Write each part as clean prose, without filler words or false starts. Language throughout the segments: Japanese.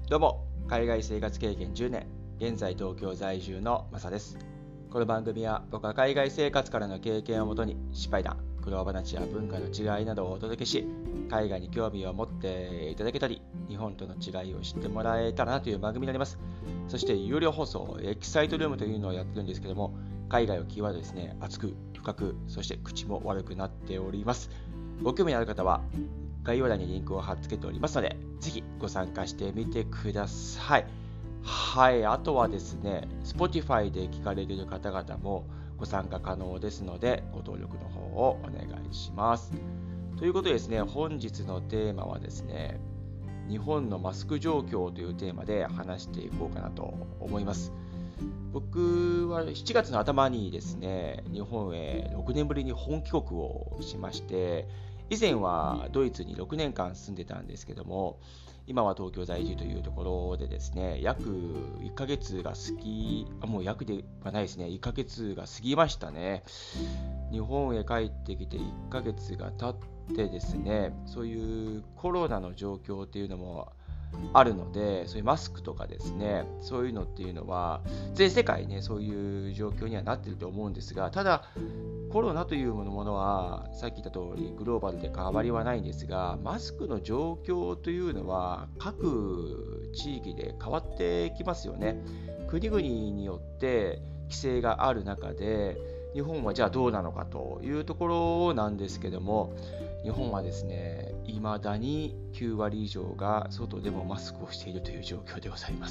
どうも、海外生活経験10年、現在東京在住のマサです。この番組は僕は海外生活からの経験をもとに失敗談、苦労話や文化の違いなどをお届けし、海外に興味を持っていただけたり、日本との違いを知ってもらえたらなという番組になります。そして有料放送、エキサイトルームというのをやってるんですけども、海外をキーワードですね、熱く、深く、そして口も悪くなっております。ご興味のある方は、概要欄にリンクを貼っ付けておりますので、ぜひご参加してみてください。はい、あとはですね、Spotify で聞かれている方々もご参加可能ですので、ご登録の方をお願いします。ということでですね、本日のテーマはですね、日本のマスク状況というテーマで話していこうかなと思います。僕は7月の頭にですね、日本へ6年ぶりに本帰国をしまして、以前はドイツに6年間住んでたんですけども、今は東京在住というところでですね、約1ヶ月がもう約ではないですね、1ヶ月が過ぎましたね。日本へ帰ってきて1ヶ月が経ってですね、そういうコロナの状況っていうのもあるので、そういうマスクとかですね、そういうのっていうのは全世界ね、そういう状況にはなっていると思うんですが、ただコロナというものはさっき言った通りグローバルで変わりはないんですが、マスクの状況というのは各地域で変わってきますよね。国々によって規制がある中で、日本はじゃあどうなのかというところなんですけども、日本はですね、未だに9割以上が外でもマスクをしているという状況でございます。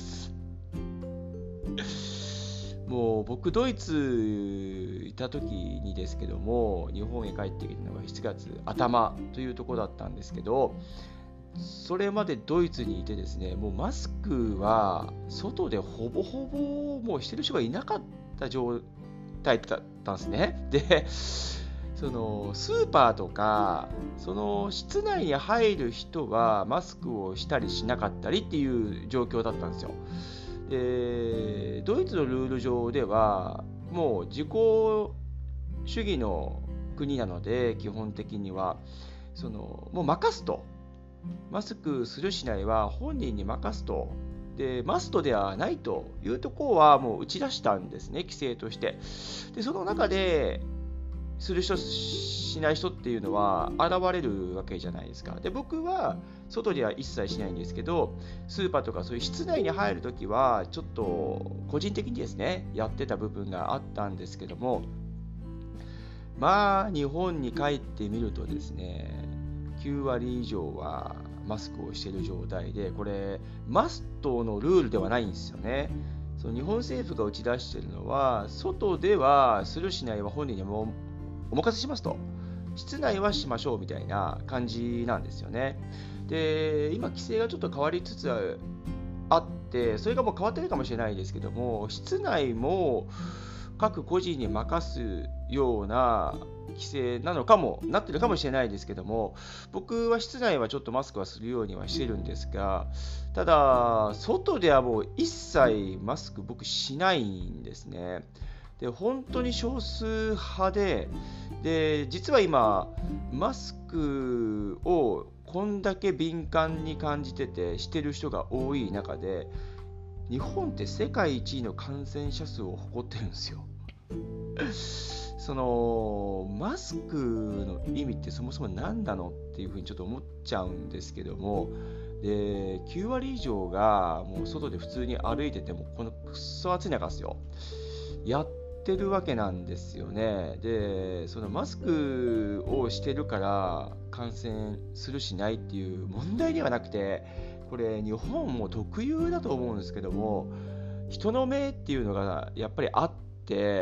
もう僕ドイツいた時にですけども、日本へ帰ってきたのが7月頭というところだったんですけど、それまでドイツにいてですね、もうマスクは外でほぼほぼもうしてる人がいなかった状態だったんですね。で、そのスーパーとかその室内に入る人はマスクをしたりしなかったりっていう状況だったんですよ。で、ドイツのルール上ではもう自己主義の国なので、基本的にはもう任すと、マスクするしないは本人に任すと、でマストではないというところはもう打ち出したんですね、規制として。でその中でする人しない人っていうのは現れるわけじゃないですか。で僕は外では一切しないんですけど、スーパーとかそういう室内に入るときはちょっと個人的にですねやってた部分があったんですけども、まあ日本に帰ってみるとですね、9割以上はマスクをしている状態で、これマストのルールではないんですよね。その日本政府が打ち出しているのは、外ではするしないは本人にもお任せしますと、室内はしましょうみたいな感じなんですよね。で、今規制がちょっと変わりつつあって、それがもう変わってるかもしれないですけども、室内も各個人に任すような規制なのかもなってるかもしれないですけども、僕は室内はちょっとマスクはするようにはしてるんですが、ただ外ではもう一切マスク僕しないんですね。で本当に少数派で、実は今マスクをこんだけ敏感に感じててしてる人が多い中で、日本って世界一位の感染者数を誇ってるんですよ。そのマスクの意味ってそもそも何なのっていうふうにちょっと思っちゃうんですけども、で9割以上がもう外で普通に歩いててもこのくっそ暑い中ですよ、やってるわけなんですよね。でそのマスクをしてるから感染するしないっていう問題ではなくて、これ日本も特有だと思うんですけども、人の目っていうのがやっぱりあって、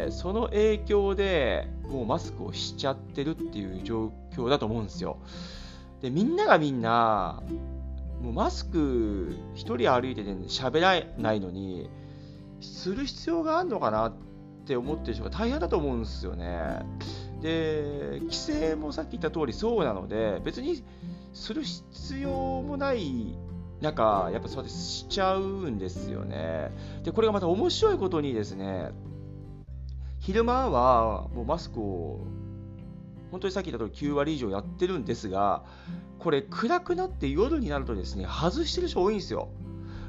その影響でもうマスクをしちゃってるっていう状況だと思うんですよ。でみんながみんなもうマスク一人歩いてて喋らないのにする必要があるのかなって思ってる人が大変だと思うんですよね。で規制もさっき言った通りそうなので、別にする必要もない中、やっぱそうやってしちゃうんですよね。でこれがまた面白いことにですね、昼間はもうマスクを本当にさっき言った通り9割以上やってるんですが、これ暗くなって夜になるとですね、外してる人多いんですよ。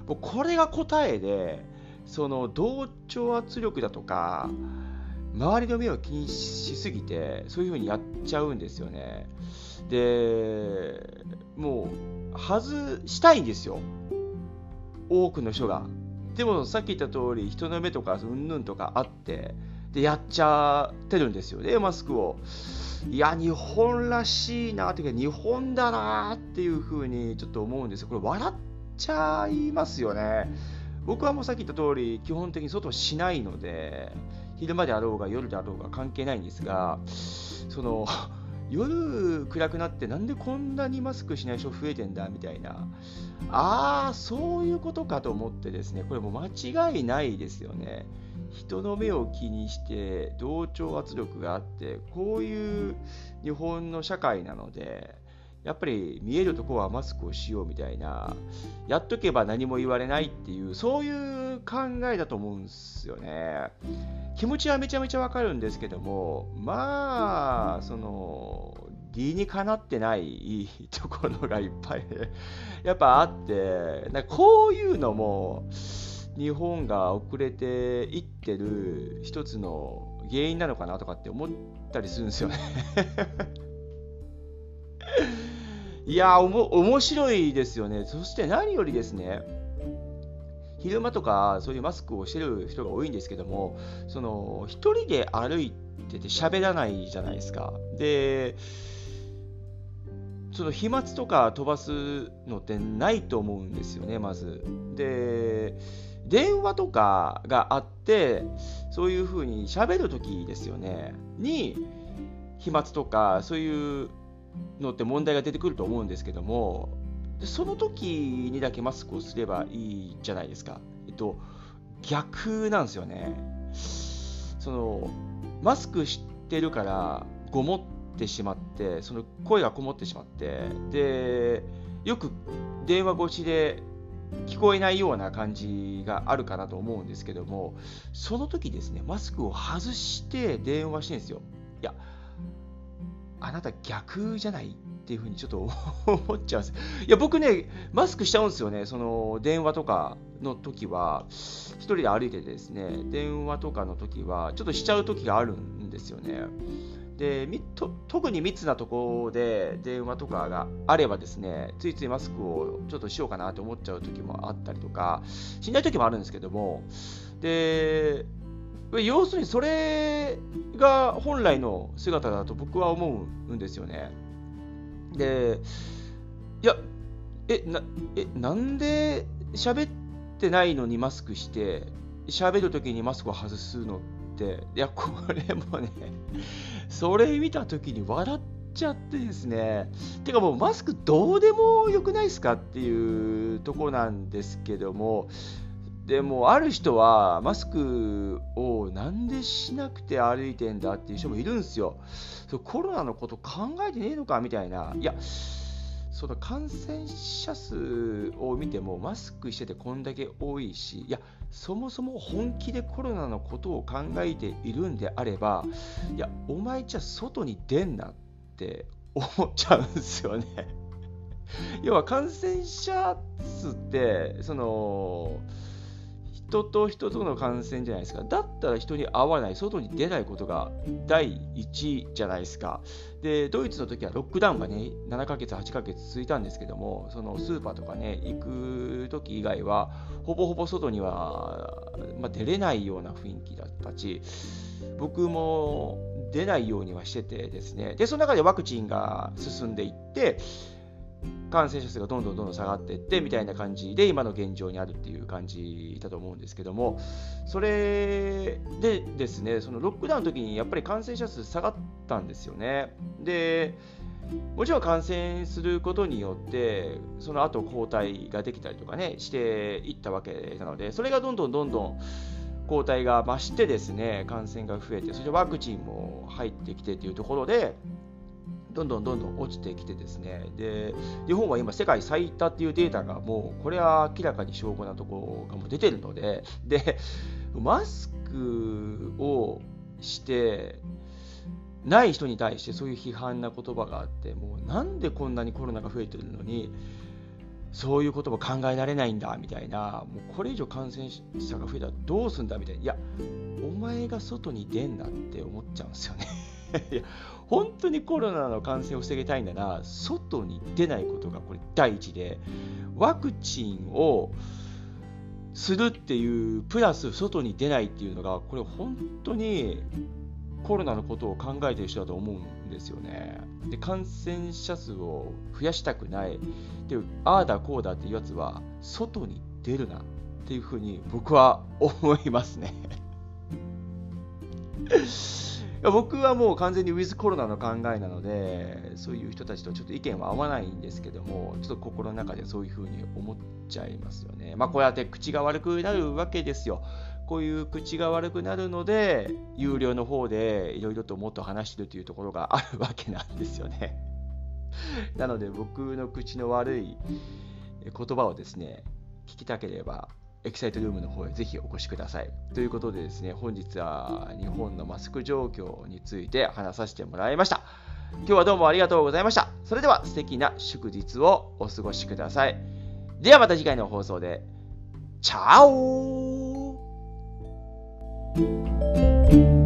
もうこれが答えで、その同調圧力だとか周りの目を気にしすぎてそういう風にやっちゃうんですよね。でもう外したいんですよ、多くの人が。でもさっき言った通り人の目とかうんぬんとかあってでやっちゃってるんですよね、マスクを。いや日本らしいなっていうか日本だなっていう風にちょっと思うんですよ。これ笑っちゃいますよね。僕はもうさっき言った通り基本的に外はしないので昼間であろうが夜であろうが関係ないんですが、その夜暗くなってなんでこんなにマスクしない人増えてんだみたいな、そういうことかと思ってですね、これもう間違いないですよね。人の目を気にして同調圧力があって、こういう日本の社会なのでやっぱり見えるとこはマスクをしようみたいな、やっとけば何も言われないっていう、そういう考えだと思うんですよね。気持ちはめちゃめちゃわかるんですけども、その理にかなってないところがいっぱいやっぱあって、なんかこういうのも日本が遅れていってる一つの原因なのかなとかって思ったりするんですよねいや面白いですよね。そして何よりですね、昼間とかそういうマスクをしてる人が多いんですけども、その一人で歩いてて喋らないじゃないですか。でその飛沫とか飛ばすのってないと思うんですよね、まず。で電話とかがあってそういう風に喋るときですよねに飛沫とかそういうのって問題が出てくると思うんですけども、その時にだけマスクをすればいいじゃないですか。逆なんですよね。そのマスクしてるからごもってしまって、その声がこもってしまって、でよく電話越しで聞こえないような感じがあるかなと思うんですけども、その時ですねマスクを外して電話してるんですよ。いやあなた逆じゃないっていうふうにちょっと思っちゃうんです。いや僕ねマスクしちゃうんですよね。その電話とかの時は一人で歩いててですね、電話とかの時はちょっとしちゃう時があるんですよね。で特に密なところで電話とかがあればですね、ついついマスクをちょっとしようかなと思っちゃう時もあったりとかしない時もあるんですけども、で要するにそれが本来の姿だと僕は思うんですよね。でいやなんで喋ってないのにマスクして喋るときにマスクを外すのって、いやこれもねそれ見たときに笑っちゃってですね、てかもうマスクどうでもよくないですかっていうところなんですけども、でもある人はマスクをなんでしなくて歩いてんだっていう人もいるんですよ。コロナのこと考えてねえのかみたいな。いやその感染者数を見てもマスクしててこんだけ多いし、いやそもそも本気でコロナのことを考えているんであれば、いやお前じゃ外に出んなって思っちゃうんですよね。要は感染者数ってその人と人との感染じゃないですか。だったら人に会わない、外に出ないことが第一じゃないですか。でドイツの時はロックダウンがね7ヶ月8ヶ月続いたんですけども、そのスーパーとかね行く時以外はほぼほぼ外には、出れないような雰囲気だったし、僕も出ないようにはしててですね、でその中でワクチンが進んでいって感染者数がどんどん下がっていってみたいな感じで今の現状にあるっていう感じだと思うんですけども、それでですね、そのロックダウンの時にやっぱり感染者数下がったんですよね。でもちろん感染することによってその後抗体ができたりとかねしていったわけなので、それがどんどん抗体が増してですね、感染が増えて、そしてワクチンも入ってきてというところでどんどん落ちてきてですね、で日本は今世界最多っていうデータがもうこれは明らかに証拠なところがもう出てるので、マスクをしてない人に対してそういう批判な言葉があって、もうなんでこんなにコロナが増えてるのにそういうことも考えられないんだみたいな、もうこれ以上感染者が増えたらどうすんだみたいな、いや、お前が外に出んなって思っちゃうんですよね。いや、本当にコロナの感染を防ぎたいんだな、外に出ないことがこれ第一で、ワクチンをするっていうプラス外に出ないっていうのが、これ本当にコロナのことを考えている人だと思うんですよね。で、感染者数を増やしたくないで、ああだこうだっていうやつは外に出るなっていうふうに僕は思いますね。いや、僕はもう完全にウィズコロナの考えなので、そういう人たちとちょっと意見は合わないんですけども、ちょっと心の中でそういうふうに思っちゃいますよね。こうやって口が悪くなるわけですよ。こういう口が悪くなるので、有料の方でいろいろともっと話してるというところがあるわけなんですよね。なので僕の口の悪い言葉をですね、聞きたければ、エキサイトルームの方へぜひお越しください。ということでですね、本日は日本のマスク状況について話させてもらいました。今日はどうもありがとうございました。それでは素敵な祝日をお過ごしください。ではまた次回の放送で。チャオ